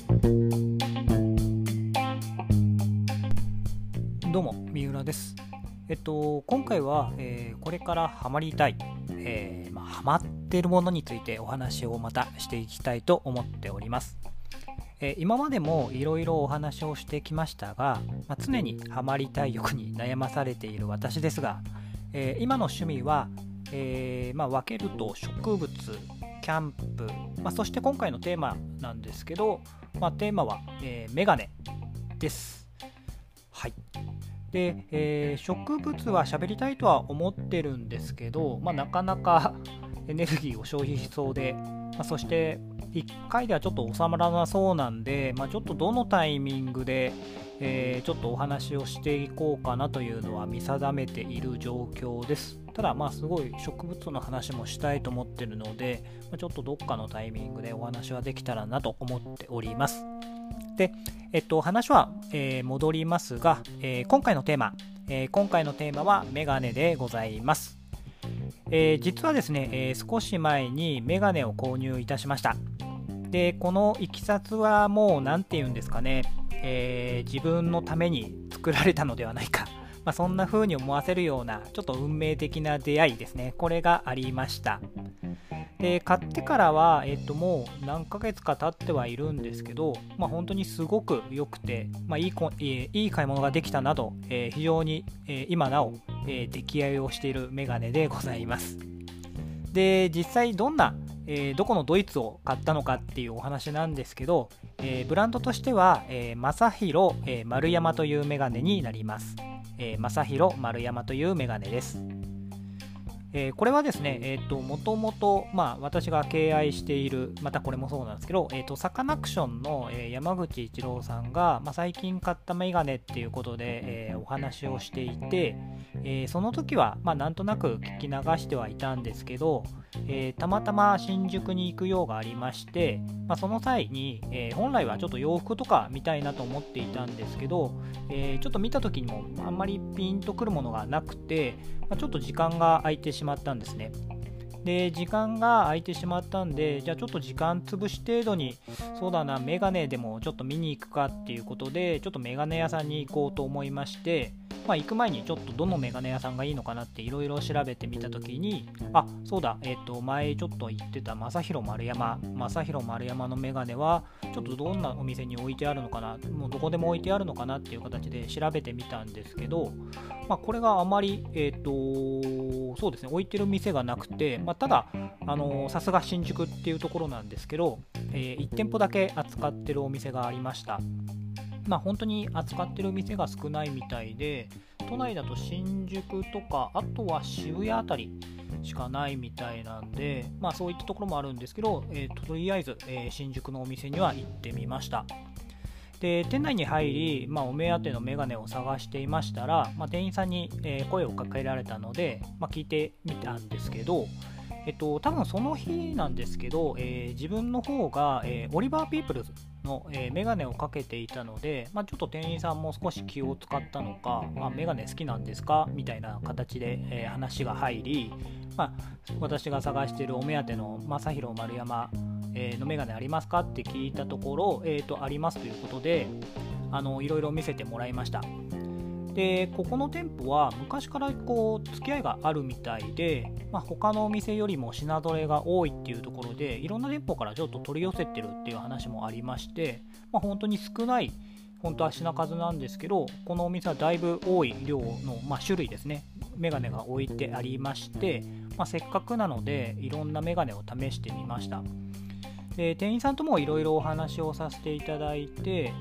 どうも三浦です。今回は、これからハマりたい、ハマっているものについてお話をまたしていきたいと思っております。今までもいろいろお話をしてきましたが、常にハマりたい欲に悩まされている私ですが、今の趣味は、分けると植物、キャンプ、そして今回のテーマなんですけど、テーマは、メガネです。はい。で、植物は喋りたいとは思ってるんですけど、なかなかエネルギーを消費しそうで、そして1回ではちょっと収まらなそうなんで、ちょっとどのタイミングで、ちょっとお話をしていこうかなというのは見定めている状況です。ただすごい植物の話もしたいと思ってるので、ちょっとどっかのタイミングでお話はできたらなと思っております。で、話は、戻りますが、今回のテーマはメガネでございます。実はですね、少し前にメガネを購入いたしました。で、このいきさつはもう何て言うんですかね、自分のために作られたのではないか、そんな風に思わせるようなちょっと運命的な出会いですね。これがありました。で、買ってからは、もう何ヶ月か経ってはいるんですけど、本当にすごく良くて、いい買い物ができたなど、非常に、今なお、出来合いをしているメガネでございます。で、実際どこのドイツを買ったのかっていうお話なんですけど、ブランドとしては、マサヒロ、丸山というメガネになります。マサヒロ丸山というメガネです。これはですね、もともと私が敬愛している、またこれもそうなんですけど、サカナクションの、山口一郎さんが、最近買ったメガネっていうことで、お話をしていて、その時は、なんとなく聞き流してはいたんですけど、たまたま新宿に行く用がありまして、その際に、本来はちょっと洋服とか見たいなと思っていたんですけど、ちょっと見た時にもあんまりピンとくるものがなくて、ちょっと時間が空いてしまったんですね。で、時間が空いてしまったんで、じゃあちょっと時間潰し程度に、そうだな、メガネでもちょっと見に行くかっていうことで、ちょっとメガネ屋さんに行こうと思いまして、行く前にちょっとどのメガネ屋さんがいいのかなっていろいろ調べてみたときに、そうだ、前ちょっと言ってたマサヒロ丸山のメガネは、ちょっとどんなお店に置いてあるのかな、もうどこでも置いてあるのかなっていう形で調べてみたんですけど、これがあまり、そうですね、置いてる店がなくて、ただ、さすが新宿っていうところなんですけど、1店舗だけ扱ってるお店がありました。本当に扱ってる店が少ないみたいで、都内だと新宿とか、あとは渋谷あたりしかないみたいなんで、そういったところもあるんですけど、とりあえず、新宿のお店には行ってみました。で、店内に入り、お目当てのメガネを探していましたら、店員さんに、声をかけられたので、聞いてみたんですけど、多分その日なんですけど、自分の方が、オリバーピープルズの、メガネをかけていたので、ちょっと店員さんも少し気を使ったのか、メガネ好きなんですかみたいな形で、話が入り、私が探しているお目当てのマサヒロ丸山、のメガネありますかって聞いたところ、ありますということで、いろいろ見せてもらいました。で、ここの店舗は昔から付き合いがあるみたいで、他のお店よりも品揃えが多いっていうところで、いろんな店舗からちょっと取り寄せてるっていう話もありまして、本当に少ない本当は品数なんですけど、このお店はだいぶ多い量の、種類ですね、メガネが置いてありまして、せっかくなのでいろんなメガネを試してみました。で、店員さんともいろいろお話をさせていただいて、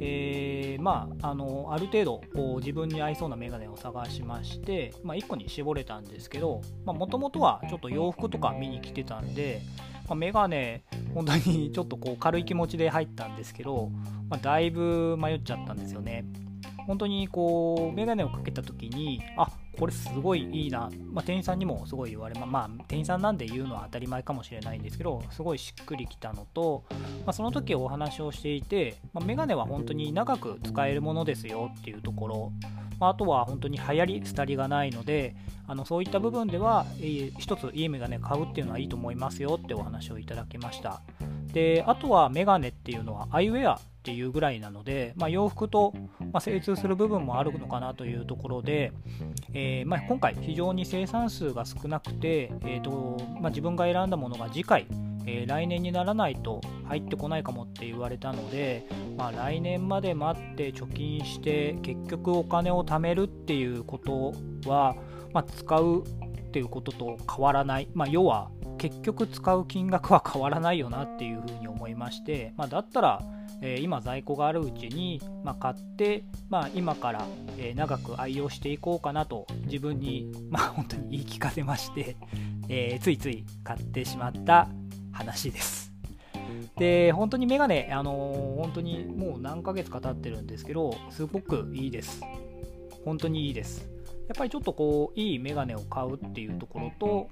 ある程度自分に合いそうなメガネを探しまして、1個に絞れたんですけど、もともとはちょっと洋服とか見に来てたんで、メガネ本当にちょっと軽い気持ちで入ったんですけど、だいぶ迷っちゃったんですよね。本当にメガネをかけた時に、これすごいいいな、店員さんにもすごい言われ店員さんなんで言うのは当たり前かもしれないんですけど、すごいしっくりきたのと、その時お話をしていて、メガネは本当に長く使えるものですよっていうところ、あとは本当に流行り廃りがないので、そういった部分では一ついいメガネ買うっていうのはいいと思いますよってお話をいただきました。 であとはメガネっていうのはアイウェアっていうぐらいなので、洋服と精通する部分もあるのかなというところで、今回非常に生産数が少なくて、自分が選んだものが次回、来年にならないと入ってこないかもって言われたので、来年まで待って貯金して結局お金を貯めるっていうことは、使うっていうことと変わらない、要は結局使う金額は変わらないよなっていうふうに思いまして、だったら今在庫があるうちに、買って、今から、長く愛用していこうかなと自分に、本当に言い聞かせまして、ついつい買ってしまった話です。で本当にメガネ、本当にもう何ヶ月か経ってるんですけど、すごくいいです。本当にいいです。やっぱりちょっといいメガネを買うっていうところと、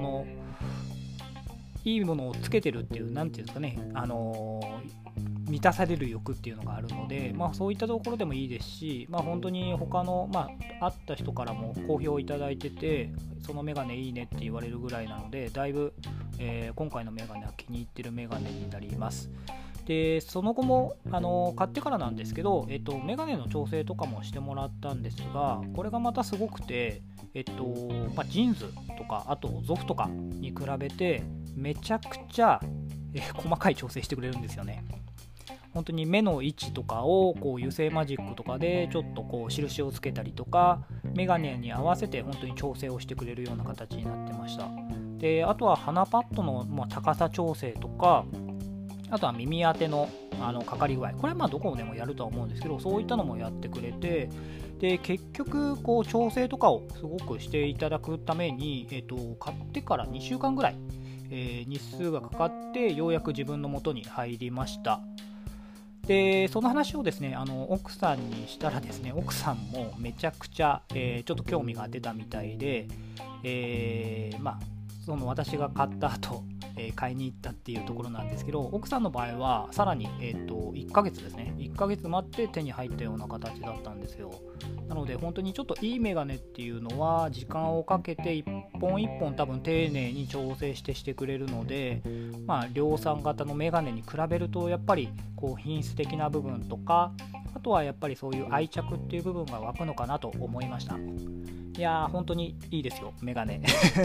いいものをつけてるっていう、なんていうんですかね、満たされる欲っていうのがあるので、そういったところでもいいですし、本当に他の、会った人からも好評いただいてて、そのメガネいいねって言われるぐらいなので、だいぶ、今回のメガネは気に入ってるメガネになります。でその後も買ってからなんですけど、メガネの調整とかもしてもらったんですが、これがまたすごくて、ジーンズとかあとゾフとかに比べてめちゃくちゃ、細かい調整してくれるんですよね。本当に目の位置とかを油性マジックとかでちょっと印をつけたりとか、メガネに合わせて本当に調整をしてくれるような形になってました。であとは鼻パッドの高さ調整とか、あとは耳当てのかかり具合、これはどこでもやるとは思うんですけど、そういったのもやってくれて、で結局調整とかをすごくしていただくために、買ってから2週間ぐらい、日数がかかってようやく自分の元に入りました。でその話をですね、奥さんにしたらですね、奥さんもめちゃくちゃ、ちょっと興味が出たみたいで、その私が買った後、買いに行ったっていうところなんですけど、奥さんの場合はさらに、1ヶ月ですね、1ヶ月待って手に入ったような形だったんですよ。なので本当にちょっといいメガネっていうのは時間をかけて一本一本多分丁寧に調整してくれるので、量産型のメガネに比べるとやっぱり品質的な部分とか、あとはやっぱりそういう愛着っていう部分が湧くのかなと思いました。いやー本当にいいですよメガネ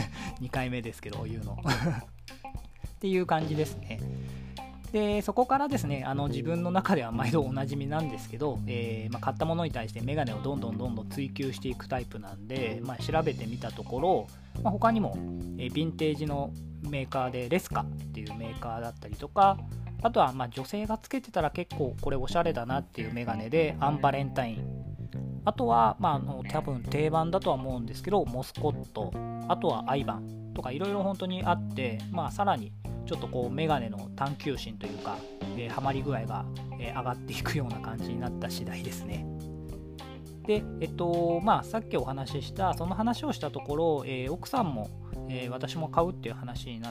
2回目ですけど言うのっていう感じですね。でそこからですね、自分の中では毎度おなじみなんですけど、買ったものに対してメガネをどんどん追求していくタイプなんで、調べてみたところ、他にも、ヴィンテージのメーカーでレスカっていうメーカーだったりとか、あとは女性がつけてたら結構これおしゃれだなっていうメガネでアンバレンタイン、あとは、多分定番だとは思うんですけどモスコット、あとはアイバンとかいろいろ本当にあって、さらにちょっとメガネの探求心というか、ハマり具合が、上がっていくような感じになった次第ですね。で、さっきお話ししたその話をしたところ、奥さんも、私も買うっていう話になって、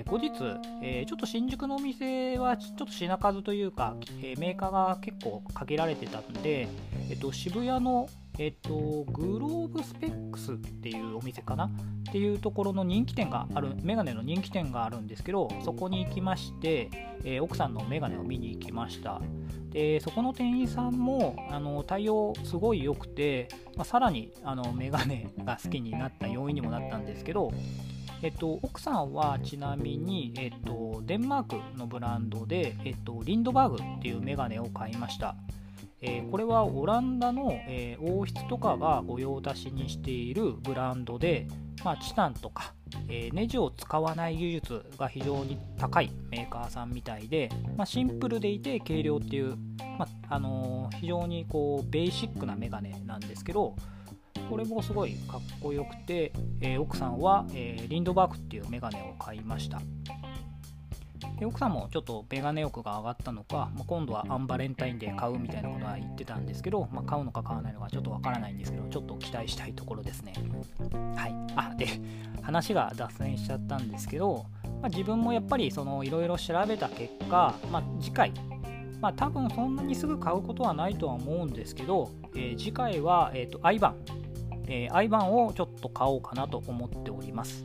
後日、ちょっと新宿のお店はちょっと品数というか、メーカーが結構限られてたんで、渋谷のグローブスペックスっていうお店かなっていうところの人気店がある、メガネの人気店があるんですけど、そこに行きまして、奥さんのメガネを見に行きました。でそこの店員さんも対応すごい良くて、さらにメガネが好きになった要因にもなったんですけど、奥さんはちなみに、デンマークのブランドで、リンドバーグっていうメガネを買いました。これはオランダの、王室とかが御用達にしているブランドで、チタンとか、ネジを使わない技術が非常に高いメーカーさんみたいで、シンプルでいて軽量っていう、非常にベーシックなメガネなんですけど、これもすごいかっこよくて、奥さんは、リンドバーグっていうメガネを買いました。で奥さんもちょっとメガネ欲が上がったのか、今度はアンバレンタインデー買うみたいなことは言ってたんですけど、買うのか買わないのかちょっとわからないんですけど、ちょっと期待したいところですね。はい。で話が脱線しちゃったんですけど、自分もやっぱりいろいろ調べた結果、次回、多分そんなにすぐ買うことはないとは思うんですけど、次回は、アイバンをちょっと買おうかなと思っております。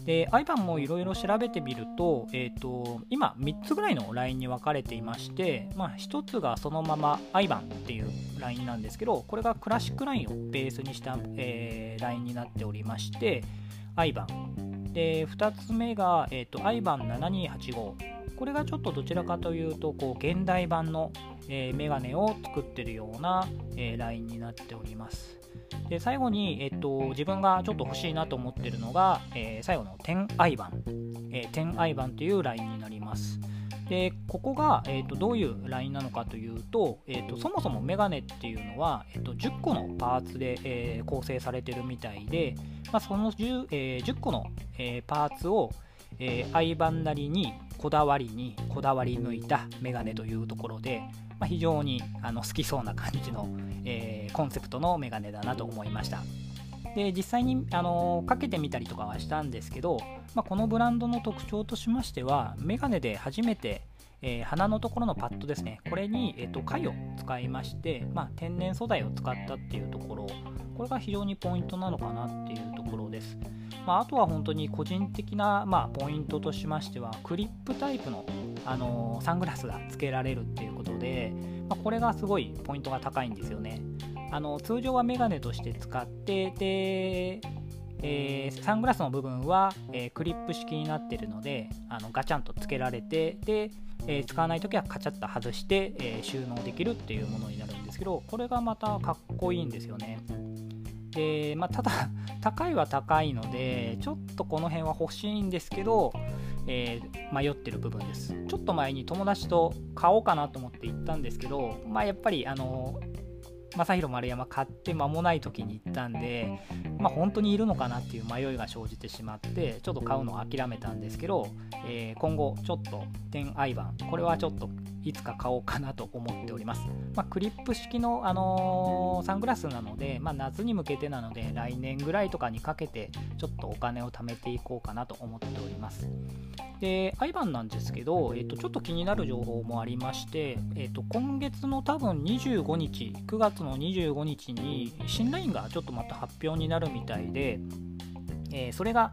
で、アイバンもいろいろ調べてみると、今3つぐらいのラインに分かれていまして、1つがそのままアイバンっていうラインなんですけど、これがクラシックラインをベースにした、ラインになっておりまして、アイバンで、2つ目が、アイバン7285。これがちょっとどちらかというと現代版の、メガネを作っているような、ラインになっております。で、最後に、自分がちょっと欲しいなと思っているのが、最後の10アイバン、10アイバンというラインになります。で、ここが、どういうラインなのかというと、そもそもメガネっていうのは、10個のパーツで、構成されているみたいで、その 10個の、パーツを、アイバンなりにこだわり抜いたメガネというところで、非常に好きそうな感じの、コンセプトのメガネだなと思いました。で、実際にかけてみたりとかはしたんですけど、このブランドの特徴としましては、メガネで初めて、鼻のところのパッドですね、これに、貝を使いまして、天然素材を使ったっていうところ、これが非常にポイントなのかなっていうところです。あとは本当に個人的な、ポイントとしましては、クリップタイプの、サングラスがつけられるっていうことで、これがすごいポイントが高いんですよね。通常はメガネとして使ってで、サングラスの部分は、クリップ式になっているのでガチャンとつけられてで、使わないときはカチャッと外して、収納できるっていうものになるんですけど、これがまたかっこいいんですよね。で、ただ高いは高いのでちょっとこの辺は欲しいんですけど、迷ってる部分です。ちょっと前に友達と買おうかなと思って行ったんですけど、やっぱり正弘丸山買って間もない時に行ったんで、本当にいるのかなっていう迷いが生じてしまってちょっと買うのを諦めたんですけど、今後ちょっと10アイバン、これはちょっといつか買おうかなと思っております。クリップ式の、サングラスなので、夏に向けてなので来年ぐらいとかにかけてちょっとお金を貯めていこうかなと思っております。で、アイバンなんですけど、ちょっと気になる情報もありまして、今月の多分25日、9月の25日に新ラインがちょっとまた発表になるみたいで、それが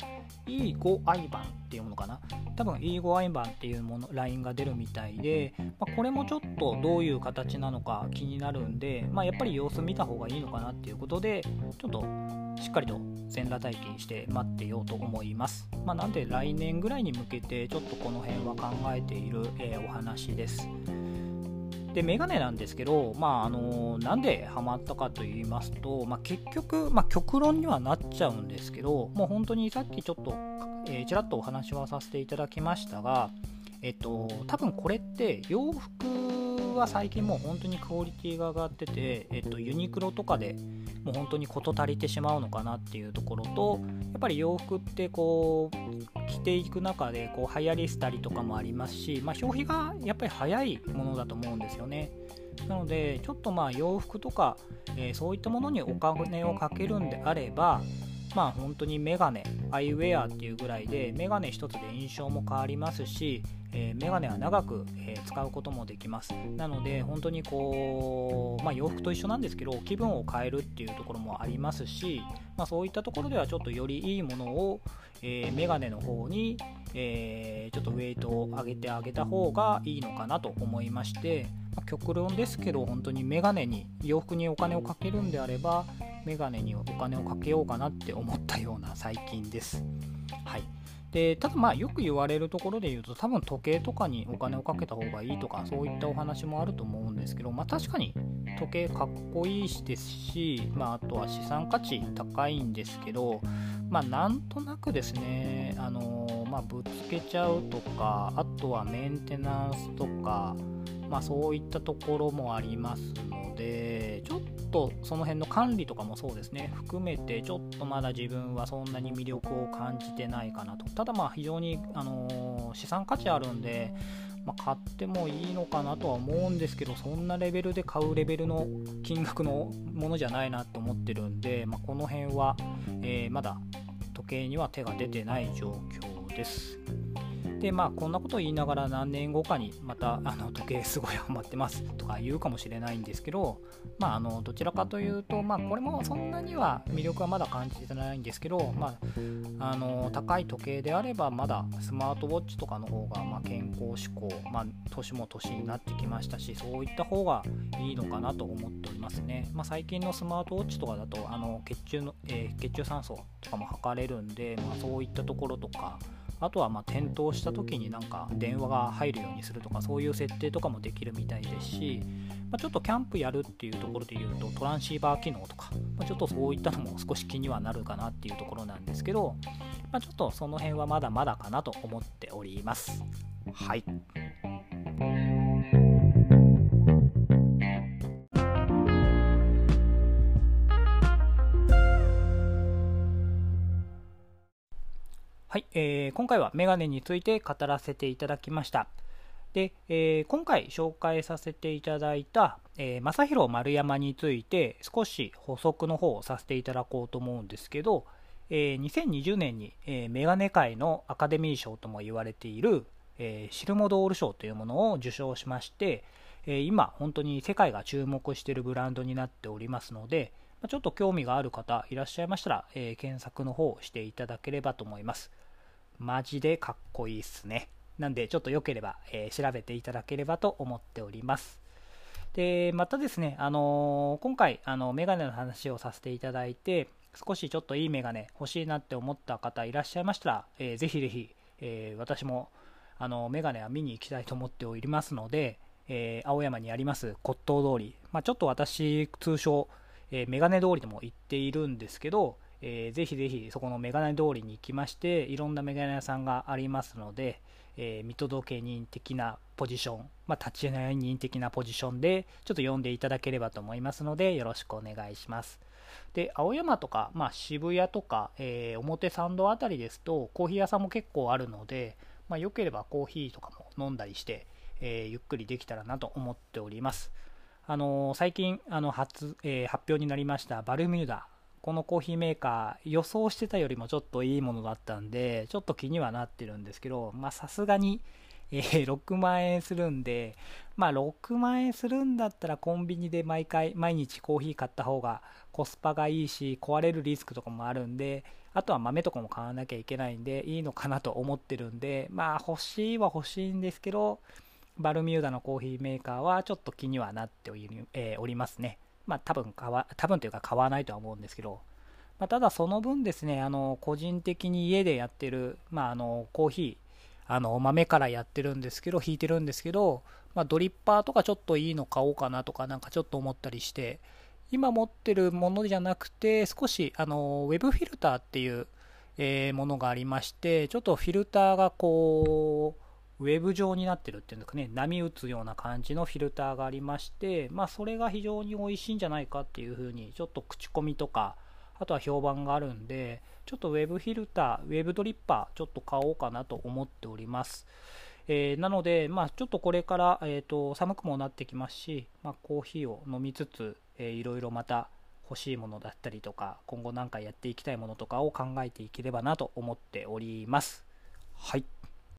E5 アイバンっていうものかな。多分 E5 アイバンっていうものラインが出るみたいで、これもちょっとどういう形なのか気になるんで、やっぱり様子見た方がいいのかなっていうことで、ちょっとしっかりと全裸待機して待ってようと思います。なんで来年ぐらいに向けてちょっとこの辺は考えている、お話です。で、メガネなんですけど、なんでハマったかと言いますと、結局、極論にはなっちゃうんですけど、もう本当にさっきちょっと、ちらっとお話はさせていただきましたが、多分これって洋服は最近もう本当にクオリティが上がってて、ユニクロとかでもう本当に事足りてしまうのかなっていうところと、やっぱり洋服って着ていく中で流行り廃りとかもありますし、消費がやっぱり早いものだと思うんですよね。なのでちょっと洋服とか、そういったものにお金をかけるんであれば、本当にメガネ、アイウェアっていうぐらいでメガネ一つで印象も変わりますし、メガネは長く、使うこともできます。なので本当に洋服と一緒なんですけど気分を変えるっていうところもありますし、そういったところではちょっとよりいいものを、メガネの方に、ちょっとウェイトを上げてあげた方がいいのかなと思いまして、極論ですけど本当にメガネに洋服にお金をかけるんであればメガネにお金をかけようかなって思ったような最近です。はい。で、ただよく言われるところで言うと多分時計とかにお金をかけた方がいいとかそういったお話もあると思うんですけど、確かに時計かっこいいですし、あとは資産価値高いんですけど、なんとなくですね、ぶつけちゃうとか、あとはメンテナンスとか、そういったところもありますので、ちょっとその辺の管理とかもそうですね含めてちょっとまだ自分はそんなに魅力を感じてないかなと。ただ非常に、資産価値あるんで、買ってもいいのかなとは思うんですけど、そんなレベルで買うレベルの金額のものじゃないなと思ってるんで、この辺は、まだ時計には手が出てない状況です。 でこんなことを言いながら何年後かにまた時計すごいハマってますとか言うかもしれないんですけど、どちらかというとこれもそんなには魅力はまだ感じてないんですけど、高い時計であればまだスマートウォッチとかの方が健康志向、年も年になってきましたし、そういった方がいいのかなと思っておりますね。最近のスマートウォッチとかだと血中酸素とかも測れるんで、そういったところとか、あとは転倒した時に電話が入るようにするとか、そういう設定とかもできるみたいですし、ちょっとキャンプやるっていうところでいうとトランシーバー機能とか、ちょっとそういったのも少し気にはなるかなっていうところなんですけど、ちょっとその辺はまだまだかなと思っております。はい。はい、今回はメガネについて語らせていただきました。で、今回紹介させていただいた、正弘丸山について少し補足の方をさせていただこうと思うんですけど、2020年に、メガネ界のアカデミー賞とも言われている、シルモドール賞というものを受賞しまして、今本当に世界が注目しているブランドになっておりますので、ちょっと興味がある方いらっしゃいましたら、検索の方をしていただければと思います。マジでかっこいいっすね。なんでちょっとよければ、調べていただければと思っております。で、またですね、今回メガネの話をさせていただいて、少しちょっといいメガネ欲しいなって思った方いらっしゃいましたら、ぜひぜひ、私もメガネは見に行きたいと思っておりますので、青山にあります骨董通り、ちょっと私通称、メガネ通りとも言っているんですけど、ぜひぜひそこのメガネ通りに行きまして、いろんなメガネ屋さんがありますので、見届け人的なポジション、立ち会い人的なポジションでちょっと読んでいただければと思いますので、よろしくお願いします。で、青山とか、渋谷とか、表参道あたりですとコーヒー屋さんも結構あるので、よければコーヒーとかも飲んだりして、ゆっくりできたらなと思っております。最近発表になりましたバルミューダ、このコーヒーメーカー予想してたよりもちょっといいものだったんで、ちょっと気にはなってるんですけど、さすがに、6万円するんで、6万円するんだったらコンビニで毎日コーヒー買った方がコスパがいいし、壊れるリスクとかもあるんで、あとは豆とかも買わなきゃいけないんでいいのかなと思ってるんで、欲しいは欲しいんですけど、バルミューダのコーヒーメーカーはちょっと気にはなっておりますね。多分というか買わないとは思うんですけど、ただその分ですね、個人的に家でやってる、コーヒー、豆からやってるんですけど、引いてるんですけど、ドリッパーとかちょっといいの買おうかなとかちょっと思ったりして、今持ってるものじゃなくて、少しウェブフィルターっていう、ものがありまして、ちょっとフィルターがこう、ウェブ状になってるっていうんですかね、波打つような感じのフィルターがありまして、それが非常に美味しいんじゃないかっていう風にちょっと口コミとか、あとは評判があるんで、ちょっとウェブフィルター、ウェブドリッパーちょっと買おうかなと思っております。なので、ちょっとこれから、寒くもなってきますし、コーヒーを飲みつつ、いろいろまた欲しいものだったりとか、今後何かやっていきたいものとかを考えていければなと思っております。はい。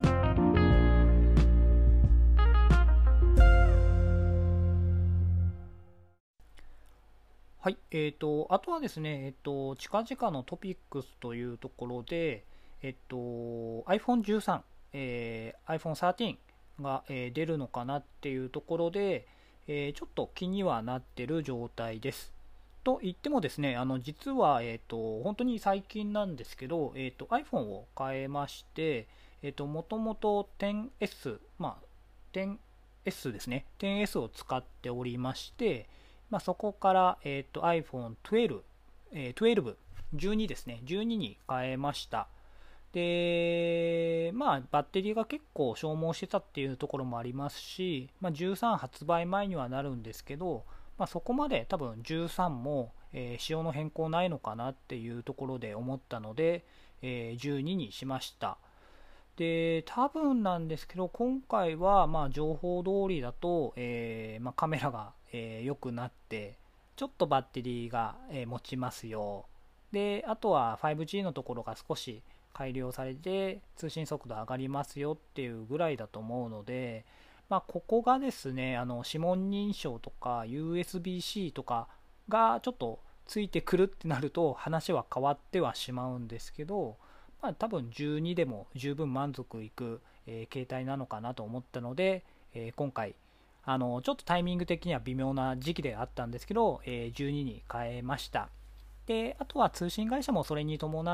はい、あとはですね、近々のトピックスというところで、iPhone13、iPhone 13が、出るのかなっていうところで、ちょっと気にはなってる状態です。と言ってもですね、実は、本当に最近なんですけど、iPhone を変えまして、もともと 10S、10S ですね、10S を使っておりまして、そこから、iPhone12、12、12ですね、12に変えました。で、バッテリーが結構消耗してたっていうところもありますし、13発売前にはなるんですけど、そこまで多分13も、仕様の変更ないのかなっていうところで思ったので、12にしました。で、多分なんですけど、今回は情報通りだと、カメラが良くなって、ちょっとバッテリーが持ちますよ。で、あとは 5G のところが少し改良されて通信速度上がりますよっていうぐらいだと思うので、ここがですね、指紋認証とか USB-C とかがちょっとついてくるってなると話は変わってはしまうんですけど、多分12でも十分満足いく、携帯なのかなと思ったので、今回ちょっとタイミング的には微妙な時期であったんですけど、12に変えました。で、あとは通信会社もそれに伴って、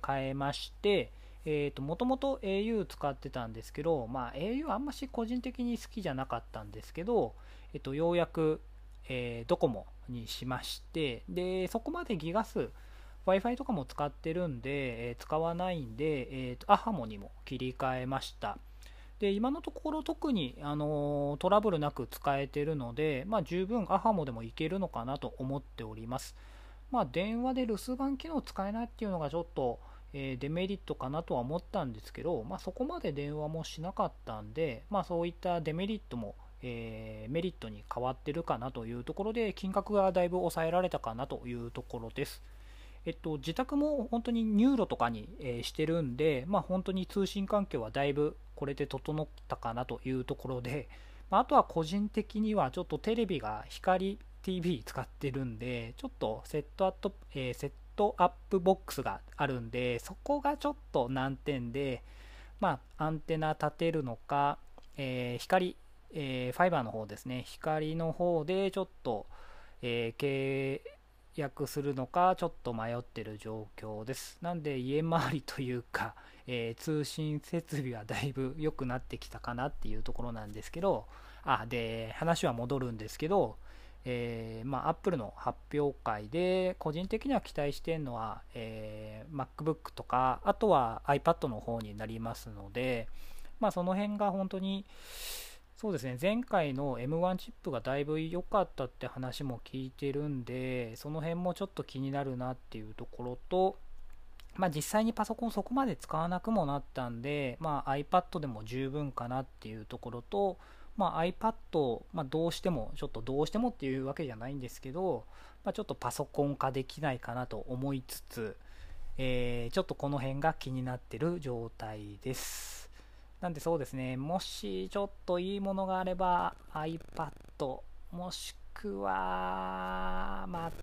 変えまして、もともと au 使ってたんですけど、au あんまし個人的に好きじゃなかったんですけど、ようやく、ドコモにしまして、で、そこまでギガ数、Wi-Fi とかも使ってるんで、使わないんで、ahamo にも切り替えました。で、今のところ特に、トラブルなく使えてるので、十分 ahamo でもいけるのかなと思っております。電話で留守番機能使えないっていうのがちょっと、デメリットかなとは思ったんですけど、そこまで電話もしなかったんで、そういったデメリットも、メリットに変わってるかなというところで、金額がだいぶ抑えられたかなというところです。自宅も本当にニューロとかに、してるんで、本当に通信環境はだいぶこれで整ったかなというところで、あとは個人的にはちょっとテレビが光 TV 使ってるんで、ちょっとセットアップボックスがあるんで、そこがちょっと難点で、アンテナ立てるのか、光、ファイバーの方ですね、光の方でちょっと、契約するのかちょっと迷ってる状況です。なんで家周りというか、通信設備はだいぶ良くなってきたかなっていうところなんですけど、で話は戻るんですけど、アップルの発表会で個人的には期待しているのは、MacBook とかあとは iPad の方になりますので、その辺が本当にそうですね、前回の M1 チップがだいぶ良かったって話も聞いてるんで、その辺もちょっと気になるなっていうところと、実際にパソコンそこまで使わなくもなったんで、iPad でも十分かなっていうところと、iPad、どうしてもっていうわけじゃないんですけど、ちょっとパソコン化できないかなと思いつつ、ちょっとこの辺が気になってる状態です。なんでそうですね、もしちょっといいものがあれば iPad、もしくは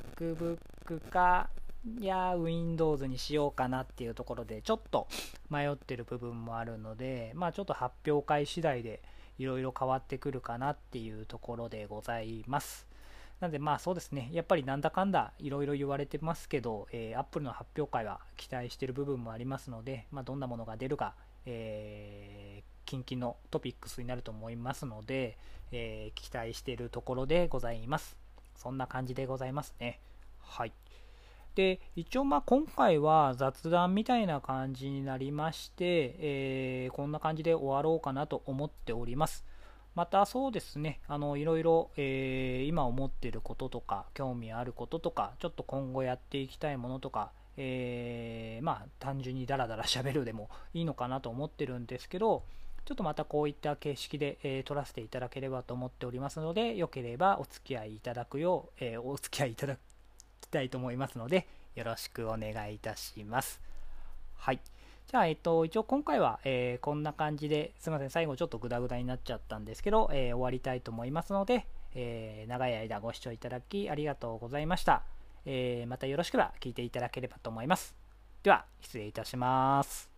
MacBook か、Windows にしようかなっていうところでちょっと迷ってる部分もあるので、ちょっと発表会次第でいろいろ変わってくるかなっていうところでございます。なんでそうですね、やっぱりなんだかんだいろいろ言われてますけど、Apple の発表会は期待している部分もありますので、どんなものが出るか、近々のトピックスになると思いますので、期待しているところでございます。そんな感じでございますね。はい。で、一応今回は雑談みたいな感じになりまして、こんな感じで終わろうかなと思っております。またそうですね、いろいろ、今思っていることとか、興味あることとか、ちょっと今後やっていきたいものとか、単純にダラダラ喋るでもいいのかなと思ってるんですけど、ちょっとまたこういった形式で、撮らせていただければと思っておりますので、よければお付き合いいただくよう、お付き合いいただきたいと思いますので、よろしくお願いいたします。はい。じゃあ、一応今回は、こんな感じで、すみません、最後ちょっとグダグダになっちゃったんですけど、終わりたいと思いますので、長い間ご視聴いただきありがとうございました。またよろしければ聞いていただければと思います。では、失礼いたします。